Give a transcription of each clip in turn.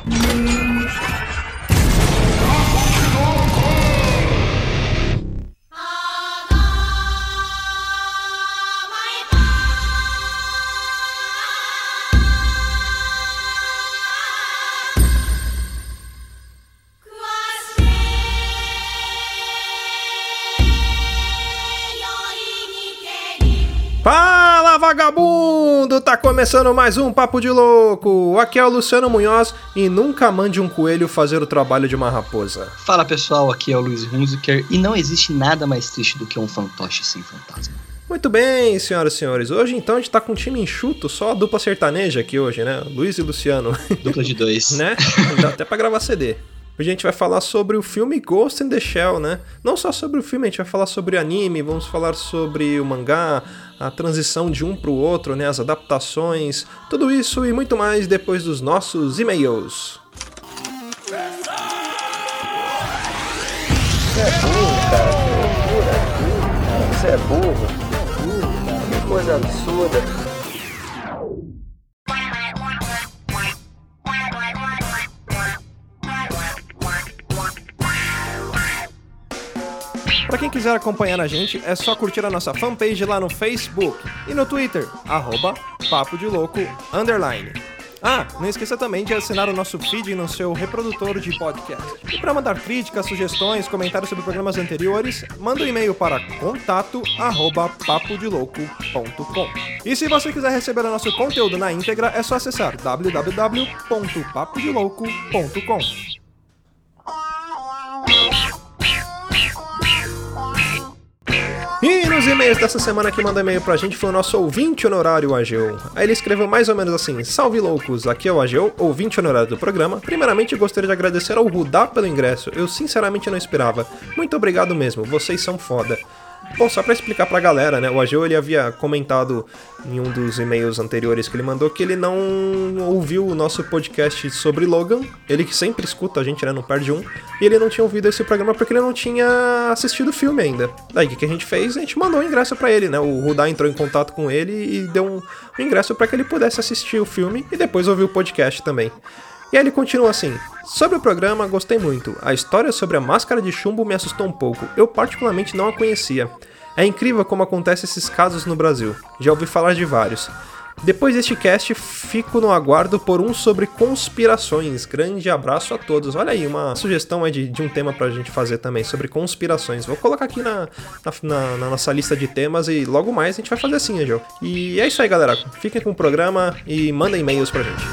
Fala, vagabundo! Tá começando mais um Papo de Louco! Aqui é o Luciano Munhoz e nunca mande um coelho fazer o trabalho de uma raposa. Fala pessoal, aqui é o Luiz Hunziker e não existe nada mais triste do que um fantoche sem fantasma. Muito bem, senhoras e senhores. Hoje então a gente tá com um time enxuto, só a dupla sertaneja aqui hoje, né? Luiz e Luciano. Dupla de dois. Né? Dá até pra gravar CD. Hoje a gente vai falar sobre o filme Ghost in the Shell, né? Não só sobre o filme, a gente vai falar sobre anime, vamos falar sobre o mangá, a transição de um pro outro, né? As adaptações, tudo isso e muito mais depois dos nossos e-mails. Você é burro, cara. Você é burro. Que coisa absurda. Pra quem quiser acompanhar a gente, é só curtir a nossa fanpage lá no Facebook e no Twitter, @Papo de Louco _. Ah, não esqueça também de assinar o nosso feed no seu reprodutor de podcast. E para mandar críticas, sugestões, comentários sobre programas anteriores, manda um e-mail para contato@papodelouco.com. E se você quiser receber o nosso conteúdo na íntegra, é só acessar www.papodelouco.com. E nos e-mails dessa semana que manda e-mail pra gente foi o nosso ouvinte honorário, o Ageu. Aí ele escreveu mais ou menos assim: salve loucos, aqui é o Ageu, ouvinte honorário do programa. Primeiramente gostaria de agradecer ao Rudá pelo ingresso, eu sinceramente não esperava. Muito obrigado mesmo, vocês são foda. Bom, só pra explicar pra galera, né, o Ageu ele havia comentado em um dos e-mails anteriores que ele mandou que ele não ouviu o nosso podcast sobre Logan, ele que sempre escuta a gente, né, não perde um, e ele não tinha ouvido esse programa porque ele não tinha assistido o filme ainda. Daí o que a gente fez? A gente mandou um ingresso pra ele, né, o Rudá entrou em contato com ele e deu um ingresso pra que ele pudesse assistir o filme e depois ouvir o podcast também. E aí ele continua assim: sobre o programa, gostei muito. A história sobre a máscara de chumbo me assustou um pouco. Eu particularmente não a conhecia. É incrível como acontecem esses casos no Brasil. Já ouvi falar de vários. Depois deste cast, fico no aguardo por um sobre conspirações. Grande abraço a todos. Olha aí, uma sugestão aí de um tema pra gente fazer também, sobre conspirações. Vou colocar aqui na nossa lista de temas e logo mais a gente vai fazer assim, né, Joe? E é isso aí, galera. Fiquem com o programa e mandem e-mails pra gente.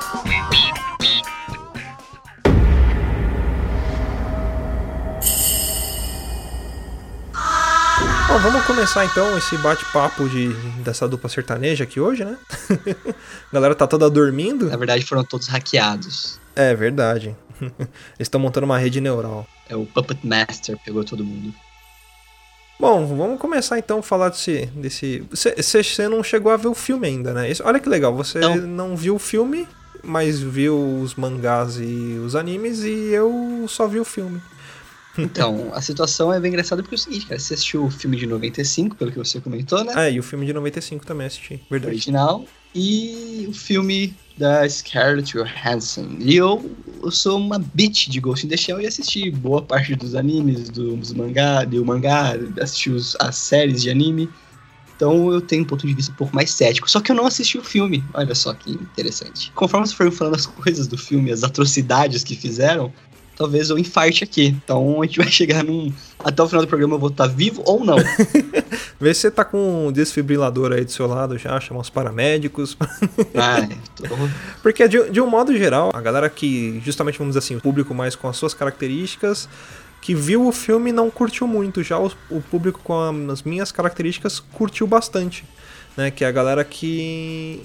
Bom, vamos começar então esse bate-papo dessa dupla sertaneja aqui hoje, né? A galera tá toda dormindo. Na verdade foram todos hackeados. É verdade. Eles estão montando uma rede neural. É o Puppet Master, pegou todo mundo. Bom, vamos começar então a falar desse... Você não chegou a ver o filme ainda, né? Olha que legal, você não viu o filme, mas viu os mangás e os animes e eu só vi o filme. Então, a situação é bem engraçada porque é o seguinte, cara, você assistiu o filme de 95, pelo que você comentou, né? É, e o filme de 95 também assisti, verdade. Original, e o filme da Scarlett Johansson. E eu sou uma bitch de Ghost in the Shell e assisti boa parte dos animes, do mangá, assisti as séries de anime. Então eu tenho um ponto de vista um pouco mais cético. Só que eu não assisti o filme. Olha só que interessante. Conforme você for falando as coisas do filme, as atrocidades que fizeram, talvez eu infarte aqui. Então a gente vai chegar até o final do programa eu vou estar vivo ou não. Vê se você tá com um desfibrilador aí do seu lado já, chamar os paramédicos. Porque de um modo geral, a galera que, justamente vamos dizer assim, o público mais com as suas características, que viu o filme não curtiu muito. Já o público com as minhas características curtiu bastante. Né, que é a galera que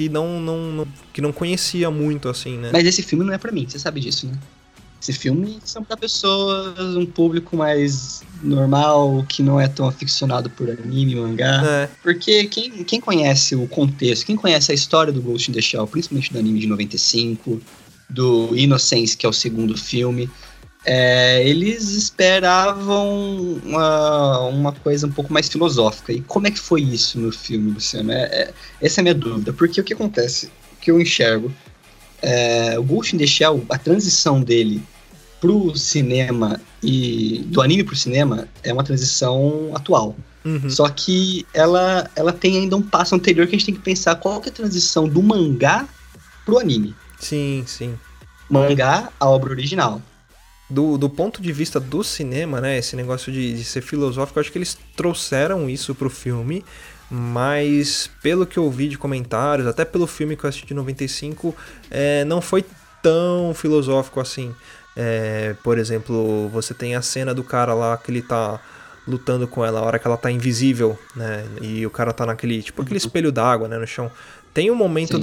não conhecia muito, assim, né? Mas esse filme não é pra mim, você sabe disso, né? Esse filme são pra pessoas, um público mais normal, que não é tão aficionado por anime, mangá. É. Porque quem conhece o contexto, quem conhece a história do Ghost in the Shell, principalmente do anime de 95, do Innocence, que é o segundo filme, eles esperavam uma coisa um pouco mais filosófica. E como é que foi isso no filme, Luciano? Essa é a minha dúvida. Porque o que acontece, o que eu enxergo, O Ghost in the Shell, a transição dele pro cinema e do anime pro cinema é uma transição atual. Uhum. Só que ela tem ainda um passo anterior que a gente tem que pensar qual que é a transição do mangá pro anime. Sim, sim. Mangá, a obra original. Do ponto de vista do cinema, né, esse negócio de ser filosófico, eu acho que eles trouxeram isso pro filme, mas pelo que eu vi de comentários, até pelo filme que eu assisti de 95, não foi tão filosófico assim. Por exemplo, você tem a cena do cara lá que ele tá lutando com ela, a hora que ela tá invisível, né, e o cara tá naquele, tipo aquele espelho d'água, né, no chão. Tem um momento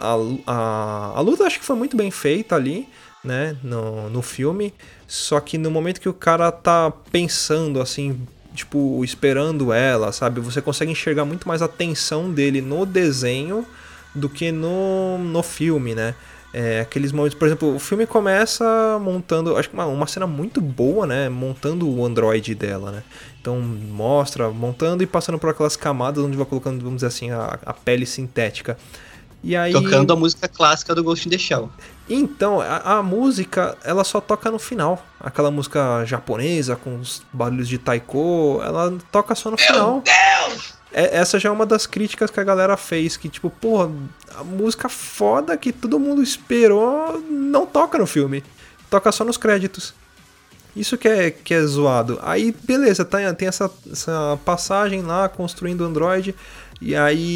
a luta, acho que foi muito bem feita ali, né, no filme, só que no momento que o cara tá pensando assim, tipo, esperando ela, sabe, você consegue enxergar muito mais a tensão dele no desenho do que no filme, né. Aqueles momentos, por exemplo, o filme começa montando, acho que uma cena muito boa, né, montando o androide dela, né, então mostra, montando e passando por aquelas camadas onde vai colocando, vamos dizer assim, a pele sintética. E aí, tocando a música clássica do Ghost in the Shell. Então, a música, ela só toca no final. Aquela música japonesa com os barulhos de taiko, ela toca só no final. Meu Deus! Essa já é uma das críticas que a galera fez, que tipo, porra, a música foda que todo mundo esperou não toca no filme. Toca só nos créditos. Isso que é zoado. Aí, beleza, tem essa passagem lá, construindo o Android, e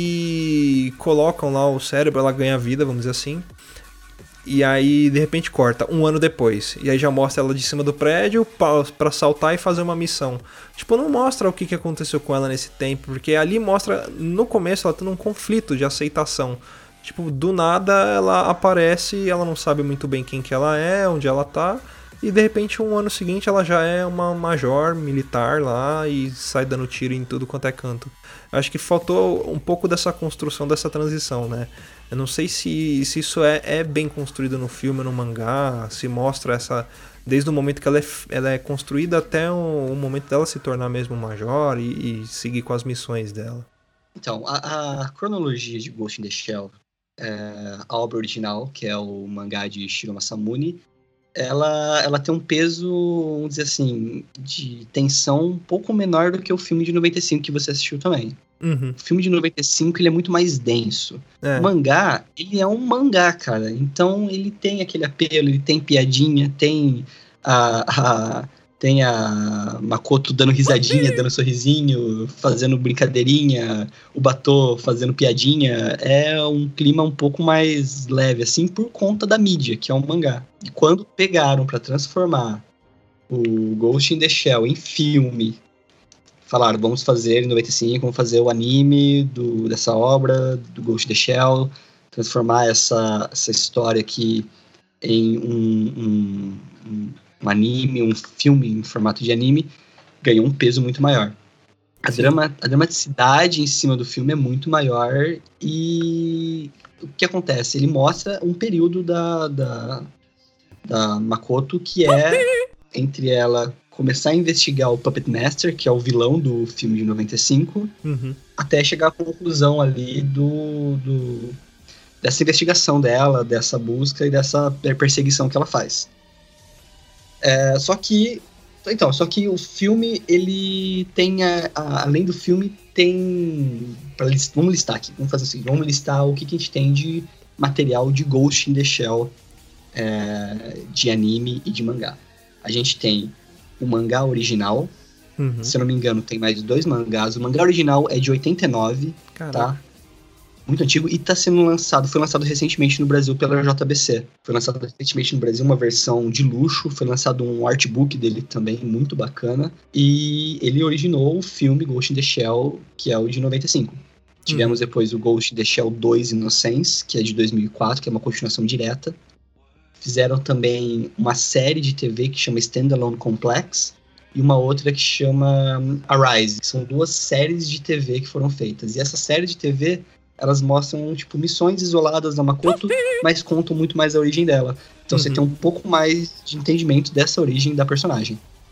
aí colocam lá o cérebro, ela ganha vida, vamos dizer assim. E aí, de repente, corta, 1 ano depois. E aí já mostra ela de cima do prédio pra saltar e fazer uma missão. Tipo, não mostra o que aconteceu com ela nesse tempo, porque ali mostra, no começo, ela tendo um conflito de aceitação. Tipo, do nada ela aparece, ela não sabe muito bem quem que ela é, onde ela tá, e de repente, 1 ano seguinte, ela já é uma major militar lá e sai dando tiro em tudo quanto é canto. Acho que faltou um pouco dessa construção, dessa transição, né? Eu não sei se isso é bem construído no filme, no mangá, se mostra essa... Desde o momento que ela é construída até o momento dela se tornar mesmo major e seguir com as missões dela. Então, a cronologia de Ghost in the Shell, a obra original, que é o mangá de Shiro Masamune, ela tem um peso, vamos dizer assim, de tensão um pouco menor do que o filme de 95 que você assistiu também. Uhum. O filme de 95, ele é muito mais denso. O mangá, ele é um mangá, cara. Então, ele tem aquele apelo, ele tem piadinha, tem a Makoto dando risadinha, dando sorrisinho, fazendo brincadeirinha, o Batô fazendo piadinha. É um clima um pouco mais leve, assim, por conta da mídia, que é um mangá. E quando pegaram pra transformar o Ghost in the Shell em filme, falaram, vamos fazer em 95, vamos fazer o anime dessa obra, do Ghost in the Shell, transformar essa história aqui em um anime, um filme em formato de anime, ganhou um peso muito maior. A dramaticidade em cima do filme é muito maior e o que acontece? Ele mostra um período da Makoto que é entre ela começar a investigar o Puppet Master, que é o vilão do filme de 95, até chegar à conclusão ali dessa investigação dela, dessa busca e dessa perseguição que ela faz. Só que o filme, ele tem, além do filme, tem... Vamos listar aqui, vamos fazer assim, vamos listar o que a gente tem de material de Ghost in the Shell, de anime e de mangá. A gente tem o mangá original, se eu não me engano, tem mais 2 mangás. O mangá original é de 89, tá? Muito antigo, e foi lançado recentemente no Brasil pela JBC. Foi lançado recentemente no Brasil uma versão de luxo, foi lançado um artbook dele também, muito bacana, e ele originou o filme Ghost in the Shell, que é o de 95. Tivemos depois o Ghost in the Shell 2 Innocence, que é de 2004, que é uma continuação direta. Fizeram também uma série de TV que chama Standalone Complex, e uma outra que chama Arise. São 2 séries de TV que foram feitas. E essa série de TV, elas mostram, tipo, missões isoladas da Makoto, mas contam muito mais a origem dela. Então você tem um pouco mais de entendimento dessa origem da personagem.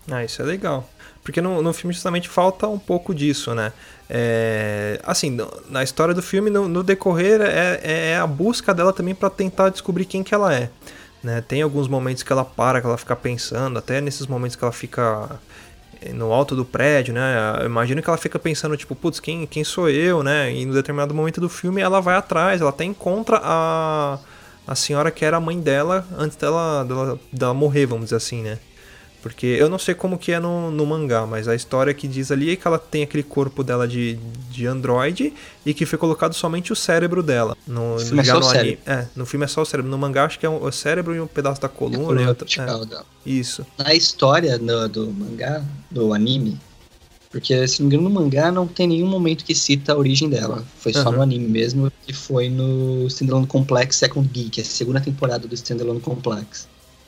Ah, isso é legal. Porque no filme justamente falta um pouco disso, né? Assim, na história do filme, no decorrer, é a busca dela também pra tentar descobrir quem que ela é. Né? Tem alguns momentos que ela para, que ela fica pensando, até nesses momentos que ela fica no alto do prédio, né? Eu imagino que ela fica pensando, tipo, putz, quem sou eu, né? E em determinado momento do filme ela vai atrás, ela até encontra a senhora que era a mãe dela antes dela morrer, vamos dizer assim, né? Porque eu não sei como que é no mangá, mas a história que diz ali é que ela tem aquele corpo dela de androide e que foi colocado somente o cérebro dela. No filme é só o cérebro. No filme é só o cérebro. No mangá acho que é o cérebro e um pedaço da coluna. E outra, dela. Isso. Na história do mangá, do anime, porque se não me engano no mangá não tem nenhum momento que cita a origem dela. Foi só no anime mesmo, que foi no Standalone Complex Second Geek, que é a segunda temporada do Standalone Complex.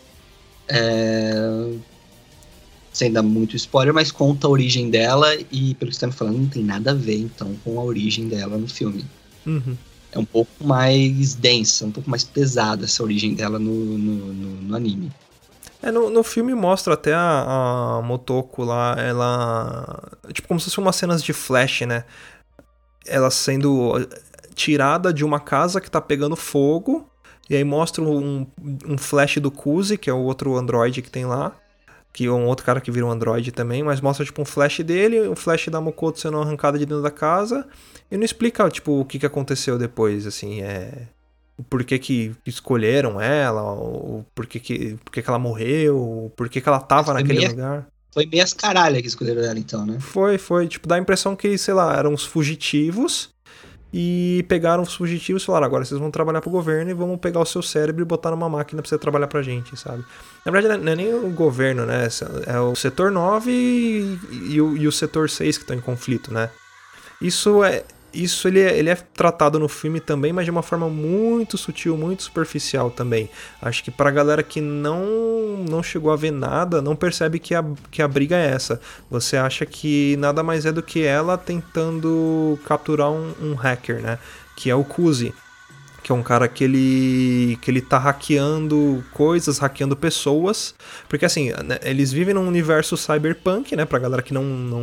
Sem dar muito spoiler, mas conta a origem dela e, pelo que você tá me falando, não tem nada a ver, então, com a origem dela no filme. Uhum. É um pouco mais densa, um pouco mais pesada essa origem dela no anime. No filme mostra até a Motoko lá, ela... Tipo, como se fossem umas cenas de flash, né? Ela sendo tirada de uma casa que tá pegando fogo, e aí mostra um flash do Kuzi, que é o outro androide que tem lá, que é um outro cara que vira um androide também, mas mostra tipo um flash dele, um flash da Mokoto sendo arrancada de dentro da casa, e não explica tipo o que aconteceu depois, assim, o porquê que escolheram ela, o porquê que ela morreu, o porquê que ela tava naquele lugar. Foi meio as caralhas que escolheram ela então, né? Foi, tipo, dá a impressão que, sei lá, eram os fugitivos, e pegaram os fugitivos e falaram, agora vocês vão trabalhar pro governo e vamos pegar o seu cérebro e botar numa máquina pra você trabalhar pra gente, sabe? Na verdade, não é nem o governo, né? É o setor 9 e o setor 6 que estão em conflito, né? Isso ele é tratado no filme também, mas de uma forma muito sutil, muito superficial também. Acho que pra galera que não chegou a ver nada, não percebe que a briga é essa. Você acha que nada mais é do que ela tentando capturar um hacker, né? Que é o Kuzi, que é um cara que ele tá hackeando coisas, hackeando pessoas. Porque assim, né, eles vivem num universo cyberpunk, né? Pra galera que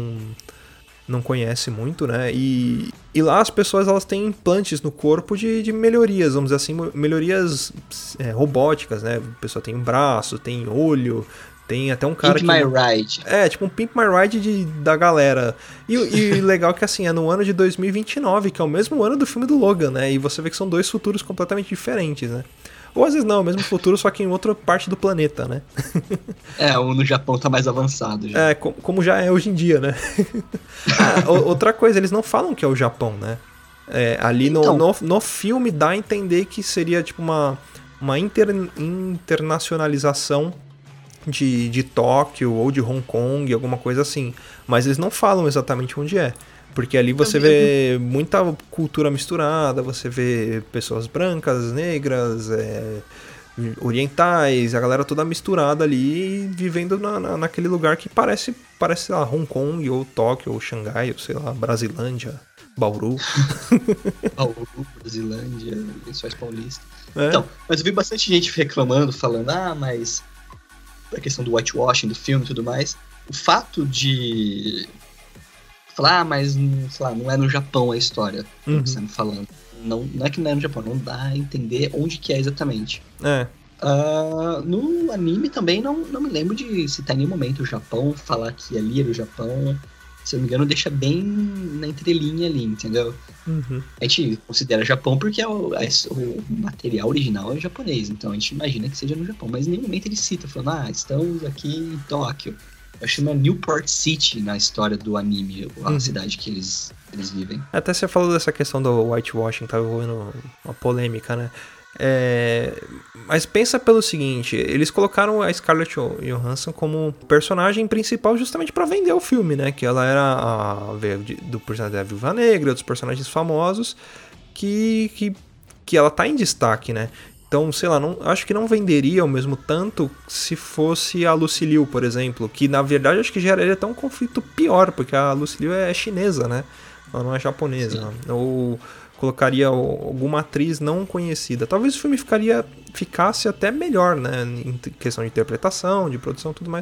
não conhece muito, né? E lá as pessoas elas têm implantes no corpo de melhorias, vamos dizer assim, melhorias robóticas, né? A pessoa tem um braço, tem olho, tem até um cara Pimp My Ride. Tipo um Pimp My Ride da galera. E legal que assim, é no ano de 2029, que é o mesmo ano do filme do Logan, né? E você vê que são dois futuros completamente diferentes, né? Ou às vezes não, é o mesmo futuro, só que em outra parte do planeta, né? O no Japão tá mais avançado já. Como já é hoje em dia, né? Outra coisa, eles não falam que é o Japão, né? Ali então, no filme dá a entender que seria tipo uma internacionalização de Tóquio ou de Hong Kong, alguma coisa assim. Mas eles não falam exatamente onde é. Porque ali você vê muita cultura misturada, você vê pessoas brancas, negras, orientais, a galera toda misturada ali, vivendo naquele lugar que parece lá, Hong Kong, ou Tóquio, ou Xangai, ou sei lá, Brasilândia, Bauru. Bauru, Brasilândia, Lençóis Paulistas. Então, mas eu vi bastante gente reclamando, falando, mas a questão do whitewashing do filme e tudo mais. O fato de falar, mas sei lá, não é no Japão a história, como você tá me falando. Não é que não é no Japão, não dá a entender onde que é exatamente. No anime também não me lembro de citar em nenhum momento o Japão, falar que ali era o Japão. Se eu não me engano, deixa bem na entrelinha ali, entendeu? A gente considera Japão porque o material original é japonês, então a gente imagina que seja no Japão, mas em nenhum momento ele cita, falando, estamos aqui em Tóquio. Eu chamo Newport City na história do anime, a cidade que eles vivem. Até você falou dessa questão do whitewashing, tá envolvendo uma polêmica, né? Mas pensa pelo seguinte, eles colocaram a Scarlett Johansson como personagem principal justamente pra vender o filme, né? Que ela era do personagem da Viúva Negra, dos personagens famosos, que ela tá em destaque, né? Então, sei lá, acho que não venderia o mesmo tanto se fosse a Lucy Liu, por exemplo, que na verdade acho que geraria até um conflito pior, porque a Lucy Liu é chinesa, né? Ela não é japonesa. Ou colocaria alguma atriz não conhecida. Talvez o filme ficasse até melhor, né? Em questão de interpretação, de produção e tudo mais.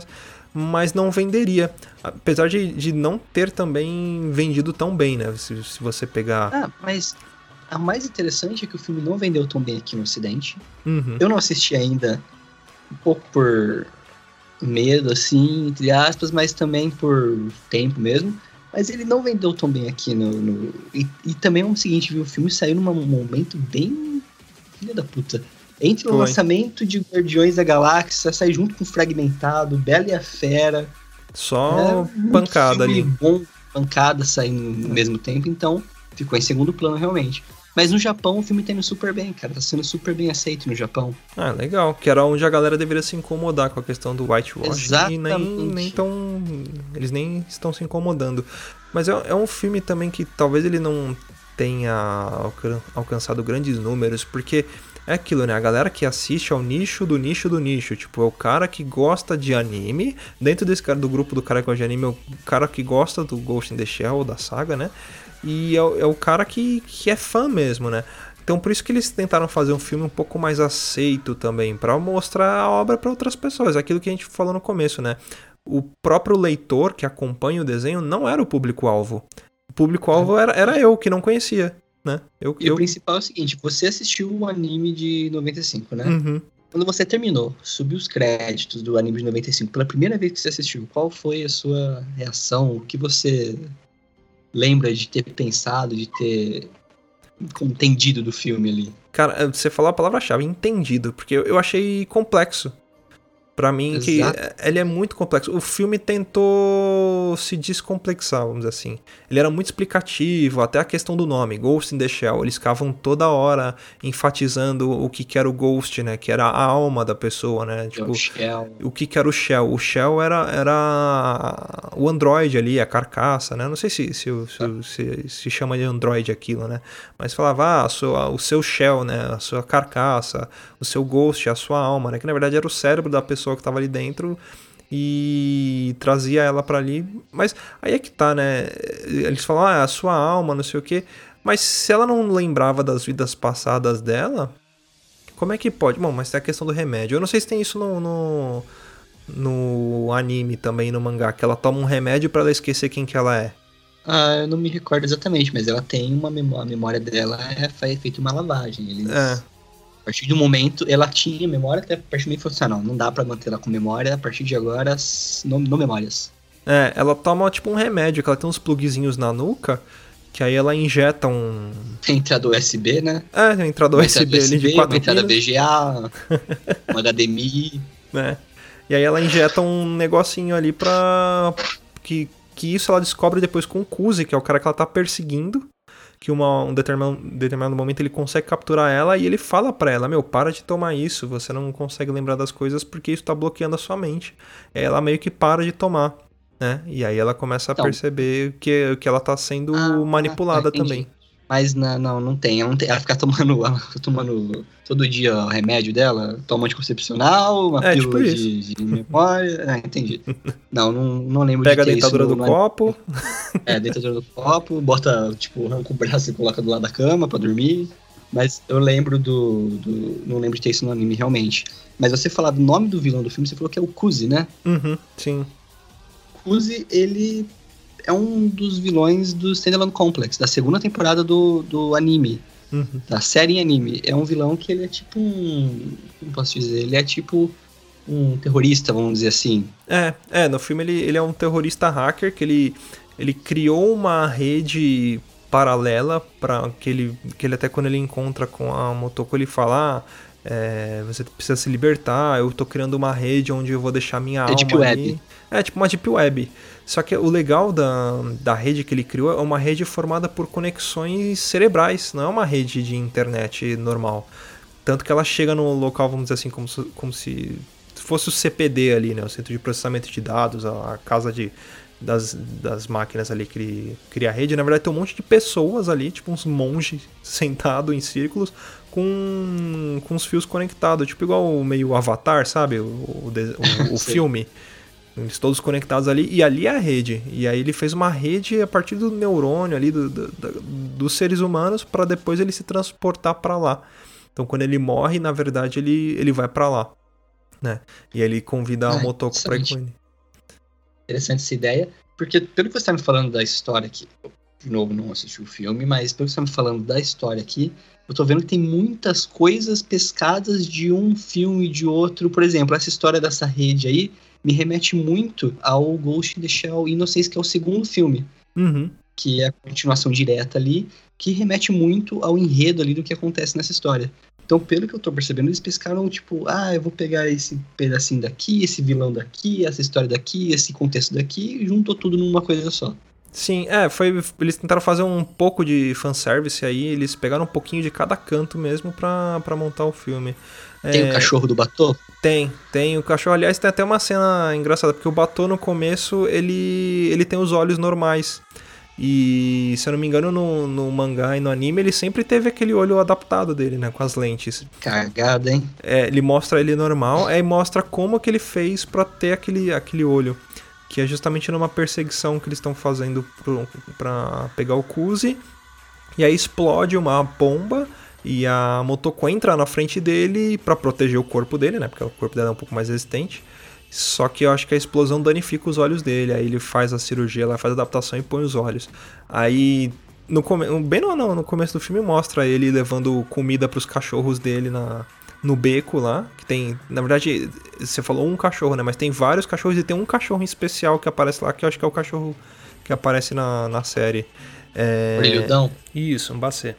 mas não venderia. Apesar de não ter também vendido tão bem, né? Se você pegar... Mas a mais interessante é que o filme não vendeu tão bem aqui no Ocidente. Uhum. Eu não assisti ainda, um pouco por medo, assim, entre aspas, mas também por tempo mesmo. Mas ele não vendeu tão bem aqui E também é o seguinte, viu? O filme saiu num momento bem... filha da puta. Entre o lançamento de Guardiões da Galáxia, sai junto com Fragmentado, Bela e a Fera. Só pancada ali. Bom, pancada saindo no mesmo tempo, então ficou em segundo plano realmente. Mas no Japão o filme tá indo super bem, cara. Tá sendo super bem aceito no Japão. Ah, legal. Que era onde a galera deveria se incomodar com a questão do whitewash. Exatamente. Eles nem estão se incomodando. Mas é um filme também que talvez ele não tenha alcançado grandes números, porque é aquilo, né? A galera que assiste ao nicho do nicho do nicho. Tipo, é o cara que gosta de anime. Dentro desse cara, do grupo do cara que gosta de anime, é o cara que gosta do Ghost in the Shell, da saga, né? E é o cara que é fã mesmo, né? Então por isso que eles tentaram fazer um filme um pouco mais aceito também, pra mostrar a obra pra outras pessoas. Aquilo que a gente falou no começo, né? O próprio leitor que acompanha o desenho não era o público-alvo. O público-alvo era eu, que não conhecia, né? O principal é o seguinte, você assistiu o anime de 95, né? Uhum. Quando você terminou, subiu os créditos do anime de 95, pela primeira vez que você assistiu, qual foi a sua reação? O que você lembra de ter pensado, de ter entendido do filme ali? Cara, você falou a palavra-chave, entendido, porque eu achei complexo. Pra mim, Exato. que ele é muito complexo. O filme tentou se descomplexar, vamos dizer assim. Ele era muito explicativo, até a questão do nome, Ghost in the Shell. Eles ficavam toda hora enfatizando o que era o Ghost, né? Que era a alma da pessoa, né? Tipo, o que era o Shell. O Shell era o Android ali, a carcaça, né? Não sei se chama de Android aquilo, né? Mas falava, o seu Shell, né? A sua carcaça, o seu Ghost, a sua alma, né? Que na verdade era o cérebro da pessoa que tava ali dentro e trazia ela pra ali. Mas aí é que tá, né? Eles falam, a sua alma, não sei o quê. Mas se ela não lembrava das vidas passadas dela, como é que pode? Bom, mas tem a questão do remédio. Eu não sei se tem isso no anime também, no mangá, que ela toma um remédio pra ela esquecer quem que ela é. Eu não me recordo exatamente, mas ela tem uma memória, a memória dela é feita uma lavagem. A partir do momento, ela tinha memória, até a partir do momento falou assim, não dá pra manter ela com memória, a partir de agora, não memórias. Ela toma tipo um remédio, que ela tem uns plugzinhos na nuca, que aí ela injeta um... Tem entrada USB, né? Tem entrada USB ali de 4 uma entrada VGA, uma HDMI. E aí ela injeta um negocinho ali pra... Que isso ela descobre depois com o Kuzi, que é o cara que ela tá perseguindo. Que um determinado momento ele consegue capturar ela e ele fala pra ela, para de tomar isso, você não consegue lembrar das coisas porque isso tá bloqueando a sua mente. Aí ela meio que para de tomar, né? E aí ela começa a perceber que ela tá sendo manipulada também. Mas não tem. Ela fica tomando todo dia o remédio dela, toma anticoncepcional, uma pílula de memória. Entendi. Não lembro Pega de ter a dentadura do copo. A dentadura do copo, bota, arranca o braço e coloca do lado da cama pra dormir. Mas eu lembro não lembro de ter isso no anime, realmente. Mas você falar do nome do vilão do filme, você falou que é o Kuzi, né? Uhum, sim. Kuzi, ele é um dos vilões do Standalone Complex, da segunda temporada do anime, da série em anime. É um vilão que ele é tipo como posso dizer? Ele é tipo um terrorista, vamos dizer assim. No filme ele é um terrorista hacker que ele criou uma rede paralela para que ele até quando ele encontra com a Motoko ele fala você precisa se libertar, eu tô criando uma rede onde eu vou deixar minha alma Deep ali. Web. Tipo uma Deep Web. Só que o legal da rede que ele criou é uma rede formada por conexões cerebrais, não é uma rede de internet normal. Tanto que ela chega no local, vamos dizer assim, como se fosse o CPD ali, né? O Centro de Processamento de Dados, a casa das máquinas ali que ele cria a rede. Na verdade tem um monte de pessoas ali, tipo uns monges sentados em círculos com os fios conectados, tipo igual o meio Avatar, sabe? O filme. Eles todos conectados ali, e ali é a rede. E aí ele fez uma rede a partir do neurônio ali, dos seres humanos, para depois ele se transportar para lá. Então quando ele morre, na verdade ele vai para lá, né? E aí ele convida a Motoko pra ir com ele. interessante essa ideia, porque pelo que você tá me falando da história aqui, eu, de novo, não assisti o filme, mas pelo que você tá me falando da história aqui, eu tô vendo que tem muitas coisas pescadas de um filme e de outro. Por exemplo, essa história dessa rede aí me remete muito ao Ghost in the Shell Innocence, que é o segundo filme, que é a continuação direta ali, que remete muito ao enredo ali do que acontece nessa história. Então, pelo que eu tô percebendo, eles pescaram, tipo, eu vou pegar esse pedacinho daqui, esse vilão daqui, essa história daqui, esse contexto daqui, e juntou tudo numa coisa só. Sim, eles tentaram fazer um pouco de fanservice aí, eles pegaram um pouquinho de cada canto mesmo pra montar o filme. Tem o cachorro do Batô? Tem o cachorro. Aliás, tem até uma cena engraçada, porque o Batô no começo, ele tem os olhos normais. E, se eu não me engano, no mangá e no anime, ele sempre teve aquele olho adaptado dele, né, com as lentes. Cagada, hein? Ele mostra ele normal, aí mostra como que ele fez pra ter aquele olho. Que é justamente numa perseguição que eles estão fazendo pra pegar o Kuze. E aí explode uma bomba e a Motoko entra na frente dele pra proteger o corpo dele, né? Porque o corpo dela é um pouco mais resistente. Só que eu acho que a explosão danifica os olhos dele. Aí ele faz a cirurgia, ela faz a adaptação e põe os olhos. Aí, no começo do filme mostra ele levando comida pros cachorros dele no beco lá, que tem, na verdade, você falou um cachorro, né, mas tem vários cachorros e tem um cachorro em especial que aparece lá, que eu acho que é o cachorro que aparece na série. Brilhudão? Isso, um bacê.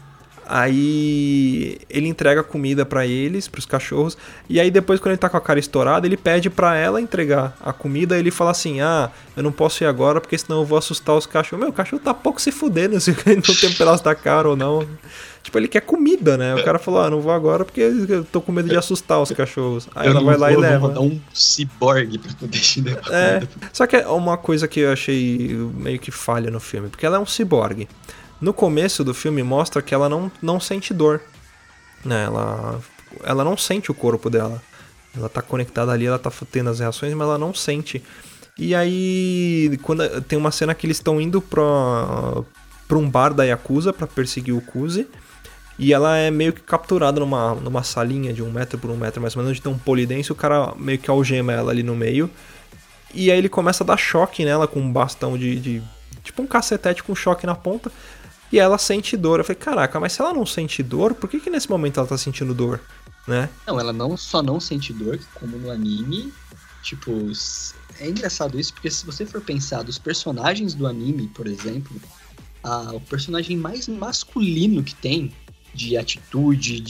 Aí ele entrega comida pra eles, pros cachorros, e aí depois quando ele tá com a cara estourada, ele pede pra ela entregar a comida, e ele fala assim, eu não posso ir agora porque senão eu vou assustar os cachorros. Meu, o cachorro tá pouco se fudendo se ele não tem um pedaço da cara ou não. Tipo, ele quer comida, né? O cara falou, não vou agora porque eu tô com medo de assustar os cachorros. Aí ela vai lá e leva. Eu vou dar um ciborgue pra poder te levar. Só que é uma coisa que eu achei meio que falha no filme, porque ela é um ciborgue. No começo do filme mostra que ela não sente dor, né? Ela não sente o corpo dela. Ela tá conectada ali, ela tá tendo as reações, mas ela não sente. E aí, quando tem uma cena que eles estão indo pra um bar da Yakuza pra perseguir o Kuze, e ela é meio que capturada numa salinha de 1 metro por 1 metro, mais ou menos, onde tem um polidense, o cara meio que algema ela ali no meio. E aí ele começa a dar choque nela com um bastão de tipo um cacetete com choque na ponta. E ela sente dor. Eu falei, caraca, mas se ela não sente dor, por que nesse momento ela tá sentindo dor, né? Não, ela só não sente dor, como no anime. Tipo, é engraçado isso, porque se você for pensar dos personagens do anime, por exemplo, o personagem mais masculino que tem, de atitude,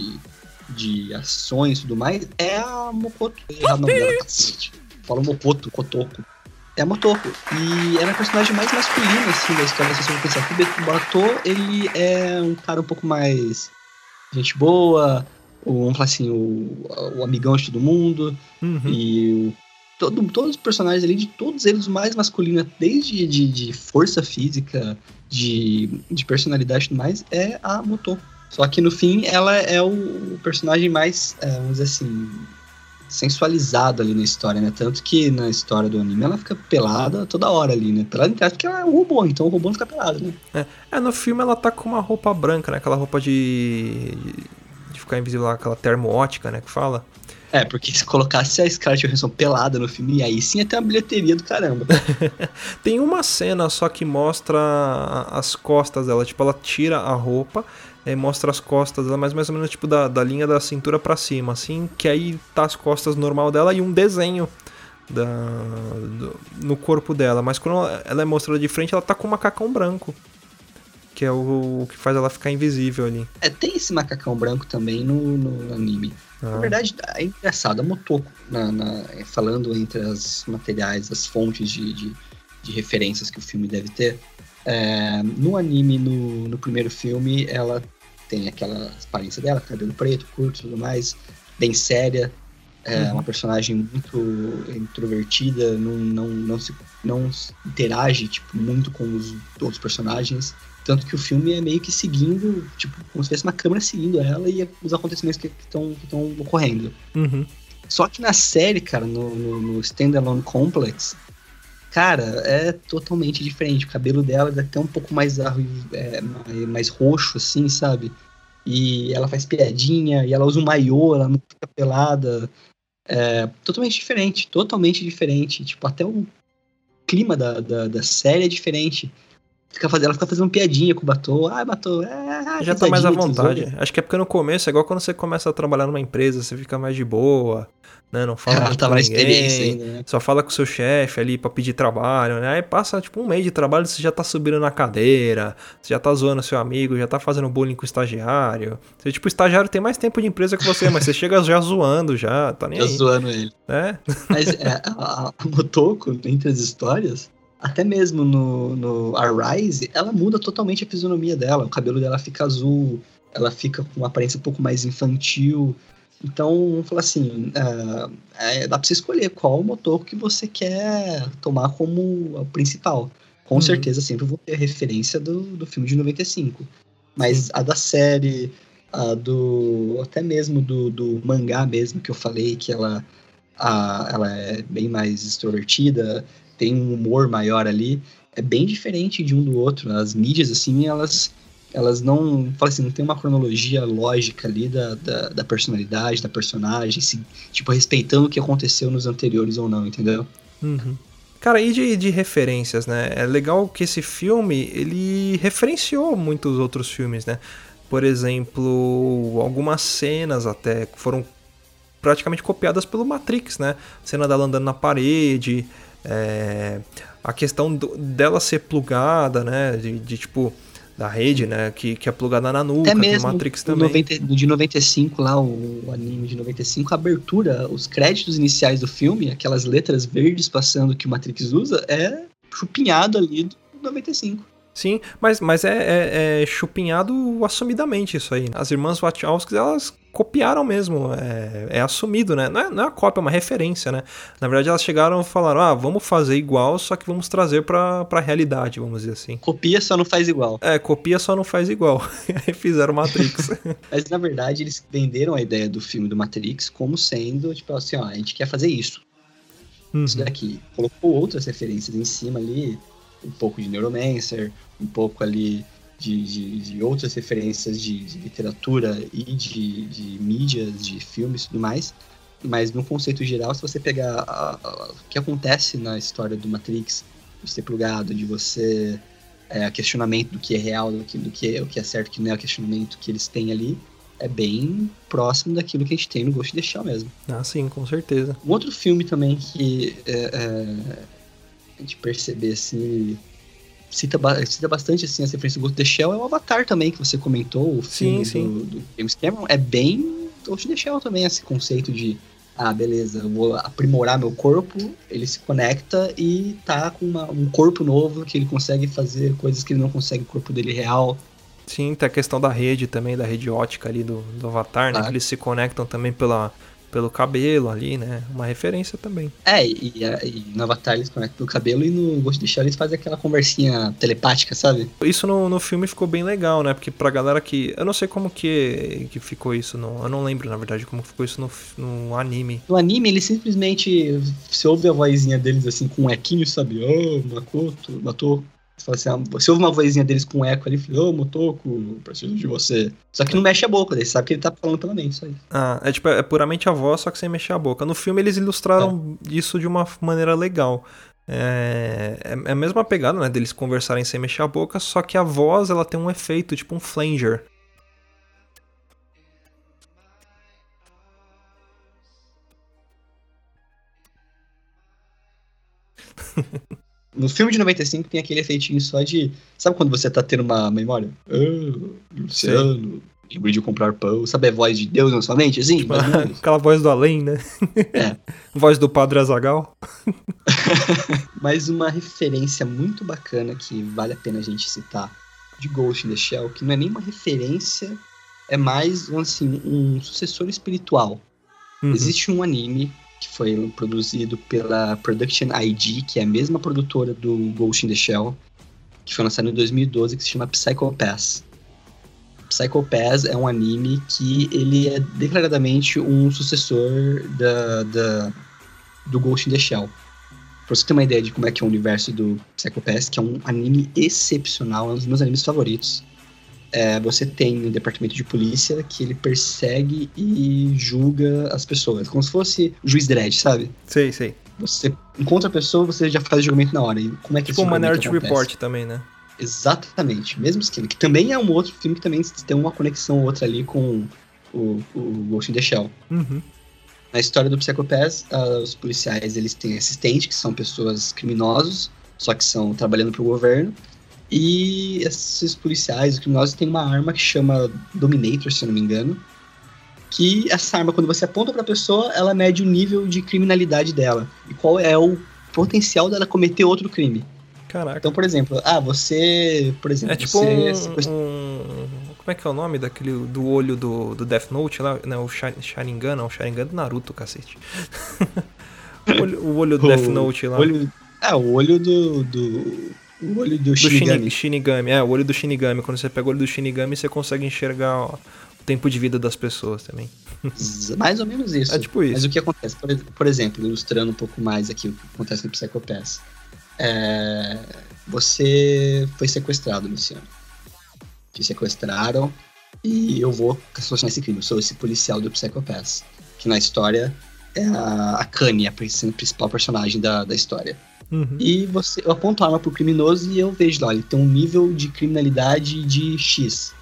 de ações e tudo mais, é a Mokoto. Errado o nome dela, cacete. Fala Mokoto, Kotoko. É a Motoko. E ela é a personagem mais masculina, assim, da história. Se você for pensar que o Batô, ele é um cara um pouco mais gente boa, vamos falar assim, o amigão de todo mundo. E todos os personagens ali, de todos eles, o mais masculino, desde de força física, de personalidade e tudo mais, é a Motoko. Só que no fim, ela é o personagem mais, vamos dizer assim, sensualizado ali na história, né? Tanto que na história do anime ela fica pelada toda hora ali, né? Pelada em casa porque ela é um robô, então o robô não fica pelado, né? No filme ela tá com uma roupa branca, né? Aquela roupa de ficar invisível lá, aquela termo-ótica, né? Que fala. Porque se colocasse a Scarlett Johansson pelada no filme, aí sim ia ter uma bilheteria do caramba. Tem uma cena só que mostra as costas dela, tipo, ela tira a roupa, mostra as costas dela, mais ou menos tipo da linha da cintura pra cima, assim, que aí tá as costas normal dela e um desenho no corpo dela, mas quando ela é mostrada de frente, ela tá com um macacão branco, que é o que faz ela ficar invisível ali. Tem esse macacão branco também no anime. Na verdade, é engraçado, a Motoko, falando entre os materiais, as fontes de referências que o filme deve ter, no anime, no primeiro filme, ela tem aquela aparência dela, cabelo preto, curto e tudo mais, bem séria, uma personagem muito introvertida, não interage tipo, muito com os outros personagens. Tanto que o filme é meio que seguindo, tipo, como se fosse uma câmera seguindo ela e os acontecimentos que estão ocorrendo. Só que na série, cara, no Standalone Complex, cara, é totalmente diferente. O cabelo dela é até um pouco mais roxo, assim, sabe? E ela faz piadinha, e ela usa um maiô, ela não fica pelada. Totalmente diferente. Tipo, até clima da série é diferente. Ela fica fazendo piadinha com o Batou. Batou, já tá mais à vontade. Tesoura. Acho que é porque no começo é igual quando você começa a trabalhar numa empresa, você fica mais de boa, né? Não fala muito tá com mais ninguém, experiência ainda, né? só fala com o seu chefe ali pra pedir trabalho, né? Aí passa tipo um mês de trabalho, você já tá subindo na cadeira, você já tá zoando seu amigo, já tá fazendo bullying com o estagiário. Você, tipo, o estagiário tem mais tempo de empresa que você, mas você chega já zoando, já, tá nem Já aí. zoando ele. Né? Mas a Motoko, entre as histórias, até mesmo no Arise, ela muda totalmente a fisionomia dela. O cabelo dela fica azul, ela fica com uma aparência um pouco mais infantil. Então, vamos falar assim, dá pra você escolher qual Motoko que você quer tomar como o principal. Com certeza sempre vou ter a referência do filme de 95. Mas a da série, até mesmo do mangá mesmo, que eu falei que ela é bem mais extrovertida, tem um humor maior ali, é bem diferente de um do outro. As mídias, assim, elas não, fala assim, não tem uma cronologia lógica ali da personalidade, da personagem, assim, tipo, respeitando o que aconteceu nos anteriores ou não, entendeu? Uhum. Cara, e de referências, né? É legal que esse filme, ele referenciou muitos outros filmes, né? Por exemplo, algumas cenas até foram praticamente copiadas pelo Matrix, né? A cena dela andando na parede, a questão dela ser plugada, né? De tipo, da rede, né? Que é plugada na nuca, até mesmo do Matrix também. De 95 lá, o anime de 95, a abertura, os créditos iniciais do filme, aquelas letras verdes passando que o Matrix usa, é chupinhado ali do 95. Sim, mas é chupinhado assumidamente isso aí. As irmãs Wachowski, elas copiaram mesmo, é assumido, né? Não é uma cópia, é uma referência, né? Na verdade, elas chegaram e falaram, vamos fazer igual, só que vamos trazer pra realidade, vamos dizer assim. Copia, só não faz igual. Copia, só não faz igual. Aí fizeram Matrix. Mas, na verdade, eles venderam a ideia do filme do Matrix como sendo, tipo assim, a gente quer fazer isso. Isso daqui. Colocou outras referências em cima ali, um pouco de Neuromancer, um pouco ali de outras referências de literatura e de mídias, de filmes e tudo mais. Mas no conceito geral, se você pegar o que acontece na história do Matrix, de ser plugado, de você questionamento do que é real, do que é certo, que não é o questionamento que eles têm ali, é bem próximo daquilo que a gente tem no Ghost in the Shell mesmo. Sim, com certeza. Um outro filme também que a gente perceber assim, cita bastante assim as referências do Ghost in the Shell é o Avatar também, que você comentou, o filme do James Cameron, é bem Ghost in the Shell também, esse conceito de beleza, eu vou aprimorar meu corpo, ele se conecta e tá com um corpo novo que ele consegue fazer coisas que ele não consegue no corpo dele real. Sim, tem a questão da rede também, da rede ótica ali do Avatar, né? Que eles se conectam também pelo cabelo ali, né? Uma referência também. E no Avatar eles conectam pelo cabelo e no Ghost in the Shell eles fazem aquela conversinha telepática, sabe? Isso no filme ficou bem legal, né? Porque pra galera que... Eu não sei como que ficou isso, eu não lembro, na verdade, como ficou isso no anime. No anime, eles simplesmente... Você ouve a vozinha deles assim, com um equinho, sabe? Makoto, matou... Você ouve uma vozinha deles com um eco ali, fala, Motoko, preciso de você. Só que não mexe a boca, ele sabe que ele tá falando pela mente, isso aí. É puramente a voz, só que sem mexer a boca. No filme eles ilustraram isso de uma maneira legal. É a mesma pegada, né, deles conversarem sem mexer a boca, só que a voz, ela tem um efeito, tipo um flanger. No filme de 95 tem aquele efeitinho só de... Sabe quando você tá tendo uma memória? Luciano, lembrei de comprar pão. Sabe a voz de Deus na sua mente, assim? Tipo, aquela voz do além, né? Voz do Padre Azaghal. Mas uma referência muito bacana que vale a pena a gente citar de Ghost in the Shell, que não é nem uma referência, é mais assim, um sucessor espiritual. Existe um anime que foi produzido pela Production ID, que é a mesma produtora do Ghost in the Shell, que foi lançado em 2012, que se chama Psycho Pass. Psycho Pass é um anime que ele é declaradamente um sucessor do Ghost in the Shell. Pra você ter uma ideia de como é que é o universo do Psycho Pass, que é um anime excepcional, é um dos meus animes favoritos. Você tem um departamento de polícia que ele persegue e julga as pessoas, como se fosse o Juiz Dredd, sabe? Sei. Você encontra a pessoa, você já faz o julgamento na hora. E como é que Tipo esse o julgamento Minority acontece? Report também, né? Exatamente, mesmo esquema. Que também é um outro filme que também tem uma conexão outra ali com o Ghost in the Shell. Uhum. Na história do Psycho Pass, os policiais eles têm assistentes, que são pessoas criminosos, só que são trabalhando para o governo. E esses policiais, os criminosos, têm uma arma que chama Dominator, se eu não me engano. Que essa arma, quando você aponta para a pessoa, ela mede o nível de criminalidade dela. E qual é o potencial dela cometer outro crime. Caraca. Então, por exemplo, você... Por exemplo, É tipo você como é que é o nome daquele do olho do Death Note lá? Não, o Sharingan, não, o Sharingan do Naruto, cacete. o olho do Death Note lá. O olho do Shinigami. Shinigami, o olho do Shinigami. Quando você pega o olho do Shinigami, você consegue enxergar o tempo de vida das pessoas também. Mais ou menos isso. É tipo isso. Mas o que acontece? Por exemplo, ilustrando um pouco mais aqui o que acontece no Psycho Pass. Você foi sequestrado, Luciano. Te sequestraram e eu vou solucionar esse crime. Eu sou esse policial do Psycho Pass, que na história é a Kanye, a principal personagem da história. Uhum. E eu aponto a arma pro criminoso e eu vejo lá, ele tem um nível de criminalidade de X.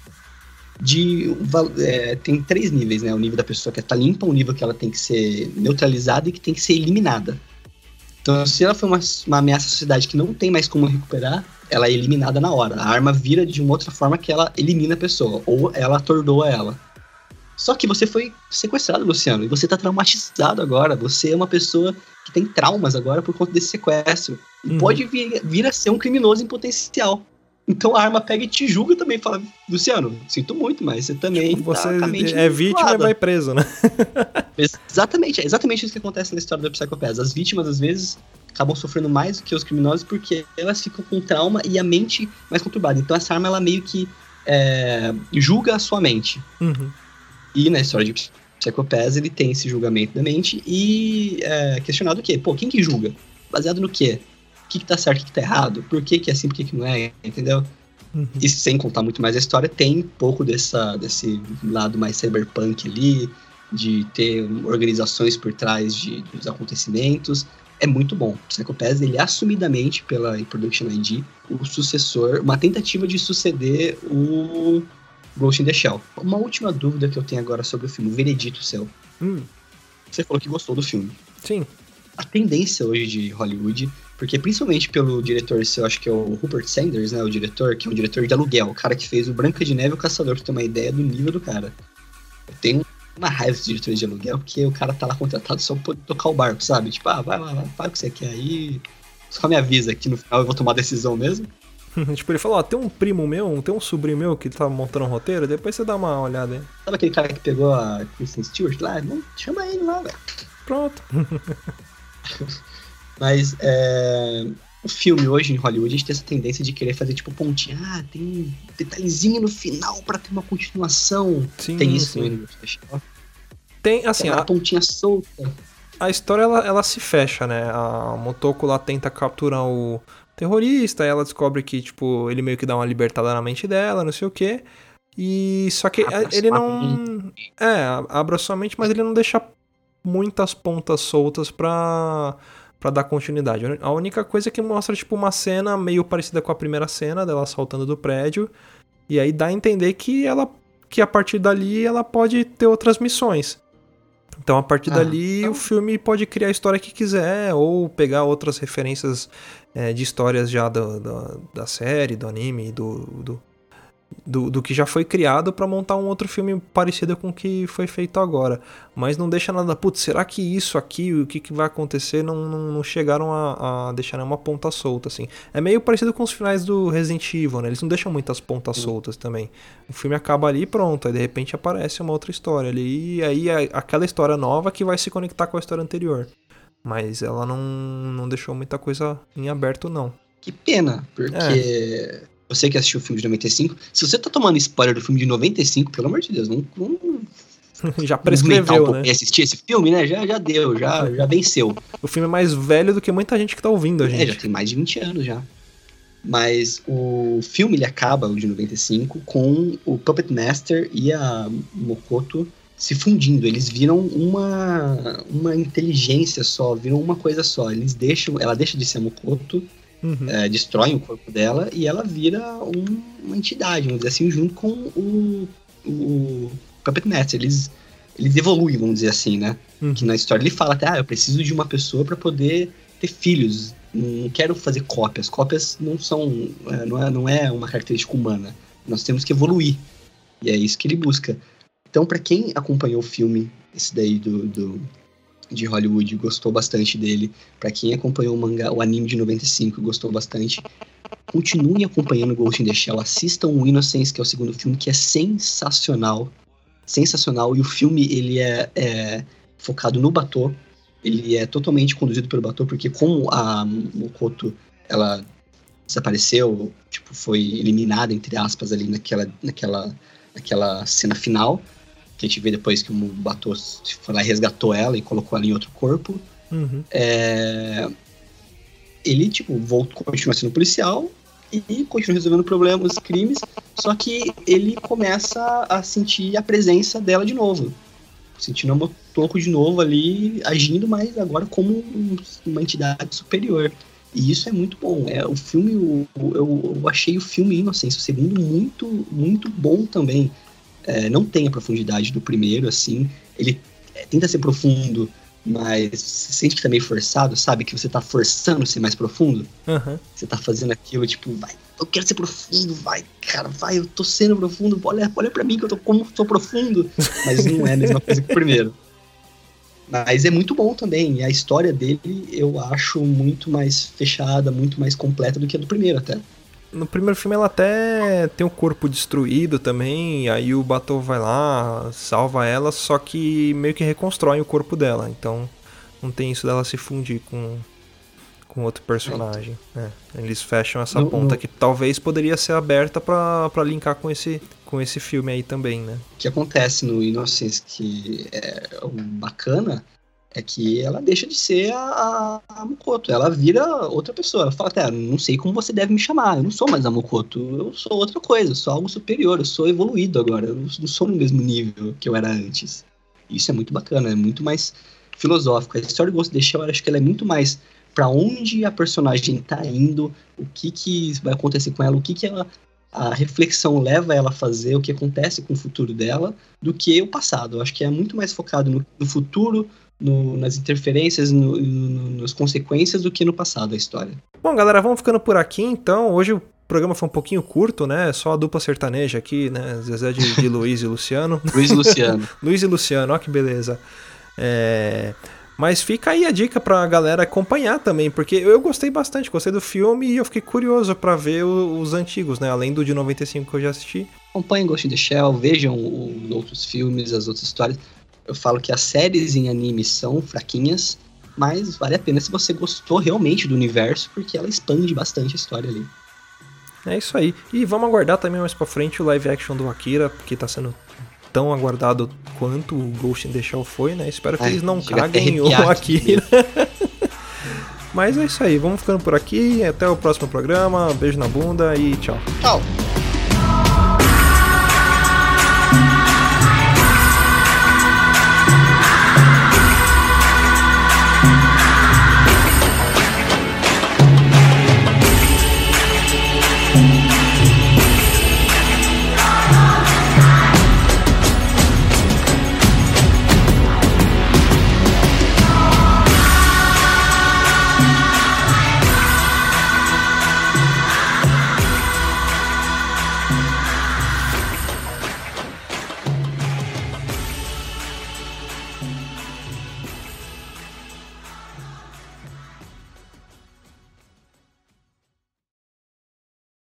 Tem 3 níveis, né? O nível da pessoa que tá limpa, o nível que ela tem que ser neutralizada e que tem que ser eliminada. Então, se ela for uma ameaça à sociedade que não tem mais como recuperar, ela é eliminada na hora. A arma vira de uma outra forma que ela elimina a pessoa, ou ela atordoa ela. Só que você foi sequestrado, Luciano, e você tá traumatizado agora. Você é uma pessoa que tem traumas agora por conta desse sequestro. E pode vir a ser um criminoso em potencial. Então a arma pega e te julga também. Fala, Luciano, sinto muito, mas você também você tá com a mente é vítima manipulada. e vai preso, né? Exatamente, é exatamente isso que acontece na história do Psycho Pass. As vítimas, às vezes, acabam sofrendo mais do que os criminosos porque elas ficam com trauma e a mente mais conturbada. Então essa arma, ela meio que julga a sua mente. Uhum. E na história de Psycho Pass, ele tem esse julgamento da mente e questionado o quê? Pô, quem que julga? Baseado no quê? O que tá certo, o que tá errado? Por que é assim, por que não é? Entendeu? Uhum. E sem contar muito mais a história, tem um pouco desse lado mais cyberpunk ali, de ter organizações por trás dos acontecimentos. É muito bom. O Psycho Pass, ele é assumidamente, pela Production ID, o sucessor, uma tentativa de suceder o Ghost in the Shell. Uma última dúvida que eu tenho agora sobre o filme, o veredito seu. Você falou que gostou do filme. Sim. A tendência hoje de Hollywood, porque principalmente pelo diretor seu, acho que é o Rupert Sanders, né, o diretor, que é um diretor de aluguel, o cara que fez o Branca de Neve e o Caçador, pra ter uma ideia do nível do cara. Eu tenho uma raiva de diretores de aluguel, porque o cara tá lá contratado só pra tocar o barco, sabe? Tipo, vai lá, faz o que você quer aí, só me avisa que no final eu vou tomar a decisão mesmo. Tipo, ele falou, tem um primo meu, tem um sobrinho meu que tá montando um roteiro, depois você dá uma olhada aí. Sabe aquele cara que pegou a Kristen Stewart lá? Não, chama ele lá, velho. Pronto. Mas o filme hoje em Hollywood, a gente tem essa tendência de querer fazer tipo pontinha. Tem um detalhezinho no final pra ter uma continuação. Sim, tem isso sim. no Tem, assim, a pontinha solta. A história, ela se fecha, né? A Motoko lá tenta capturar o terrorista, aí ela descobre que, tipo, ele meio que dá uma libertada na mente dela, não sei o quê. E só que ele não... abre a sua mente, mas ele não deixa muitas pontas soltas pra dar continuidade. A única coisa é que mostra, tipo, uma cena meio parecida com a primeira cena dela saltando do prédio, e aí dá a entender que a partir dali ela pode ter outras missões. Então, a partir dali, o filme pode criar a história que quiser, ou pegar outras referências de histórias já da série, do anime, do que já foi criado pra montar um outro filme parecido com o que foi feito agora. Mas não deixa nada, putz, será que isso aqui, o que vai acontecer, não chegaram a deixar nenhuma ponta solta, assim. É meio parecido com os finais do Resident Evil, né? Eles não deixam muitas pontas soltas também. O filme acaba ali e pronto, aí de repente aparece uma outra história ali, e aí aquela história nova que vai se conectar com a história anterior. Mas ela não deixou muita coisa em aberto, não. Que pena, porque... Você que assistiu o filme de 95, se você tá tomando spoiler do filme de 95, pelo amor de Deus, não já prescreveu, né? E assistir esse filme, né? Já deu, já venceu. O filme é mais velho do que muita gente que tá ouvindo a gente. Já tem mais de 20 anos já. Mas o filme, ele acaba, o de 95, com o Puppet Master e a Mokoto se fundindo, eles viram uma inteligência só, viram uma coisa só. Ela deixa de ser Makoto, destrói o corpo dela e ela vira uma entidade, vamos dizer assim, junto com o Puppet Master. Eles evoluem, vamos dizer assim, né? Que na história ele fala até, eu preciso de uma pessoa para poder ter filhos. Não quero fazer cópias. Cópias não é uma característica humana. Nós temos que evoluir. E é isso que ele busca. Então, para quem acompanhou o filme, esse daí de Hollywood, gostou bastante dele. Para quem acompanhou o anime de 95, gostou bastante. Continuem acompanhando Ghost in the Shell. Assistam o Innocence, que é o segundo filme, que é sensacional. Sensacional. E o filme, ele é focado no Batou. Ele é totalmente conduzido pelo Batou, porque como a Makoto, ela desapareceu, tipo, foi eliminada, entre aspas, ali naquela cena final, que a gente vê depois que o Batou foi lá e resgatou ela e colocou ela em outro corpo. Ele, tipo, continua sendo policial e continua resolvendo problemas, crimes, só que ele começa a sentir a presença dela de novo. Sentindo a Motoko de novo ali, agindo, mas agora como uma entidade superior. E isso é muito bom. O filme, eu achei o filme Innocence, o segundo, muito, muito bom também. Não tem a profundidade do primeiro, assim. Ele tenta ser profundo, mas você sente que tá meio forçado, sabe? Que você tá forçando ser mais profundo. Você tá fazendo aquilo, tipo, vai, eu quero ser profundo, vai, cara, vai, eu tô sendo profundo, olha pra mim que eu tô profundo. Mas não é a mesma coisa que o primeiro. Mas é muito bom também, e a história dele eu acho muito mais fechada, muito mais completa do que a do primeiro até. No primeiro filme ela até tem o corpo destruído também, aí o Batou vai lá, salva ela, só que meio que reconstrói o corpo dela, então não tem isso dela se fundir com outro personagem. Eles fecham essa ponta que talvez poderia ser aberta pra linkar com esse filme aí também, né? O que acontece no Innocence, que é o bacana, é que ela deixa de ser a Makoto, ela vira outra pessoa. Ela fala até, não sei como você deve me chamar, eu não sou mais a Makoto, eu sou outra coisa, eu sou algo superior, eu sou evoluído agora, eu não sou no mesmo nível que eu era antes. Isso é muito bacana, é muito mais filosófico. A história de Ghost in the Shell, eu acho que ela é muito mais pra onde a personagem tá indo, o que vai acontecer com ela, o que a reflexão leva ela a fazer, o que acontece com o futuro dela, do que o passado. Eu acho que é muito mais focado no futuro, nas interferências, nas consequências, do que no passado a história. Bom, galera, vamos ficando por aqui, então. Hoje o programa foi um pouquinho curto, né? Só a dupla sertaneja aqui, né? Zezé de Luiz e Luciano. Luiz e Luciano. Luiz e Luciano, ó que beleza. Mas fica aí a dica pra galera acompanhar também, porque eu gostei bastante, gostei do filme e eu fiquei curioso pra ver os antigos, né? Além do de 95 que eu já assisti. Acompanhem Ghost in the Shell, vejam os outros filmes, as outras histórias. Eu falo que as séries em anime são fraquinhas, mas vale a pena se você gostou realmente do universo, porque ela expande bastante a história ali. É isso aí. E vamos aguardar também mais pra frente o live action do Akira, porque tá sendo tão aguardado quanto o Ghost in the Shell foi, né? Espero que eles não caguem o Akira. Mas é isso aí, vamos ficando por aqui. Até o próximo programa. Beijo na bunda e tchau. Tchau.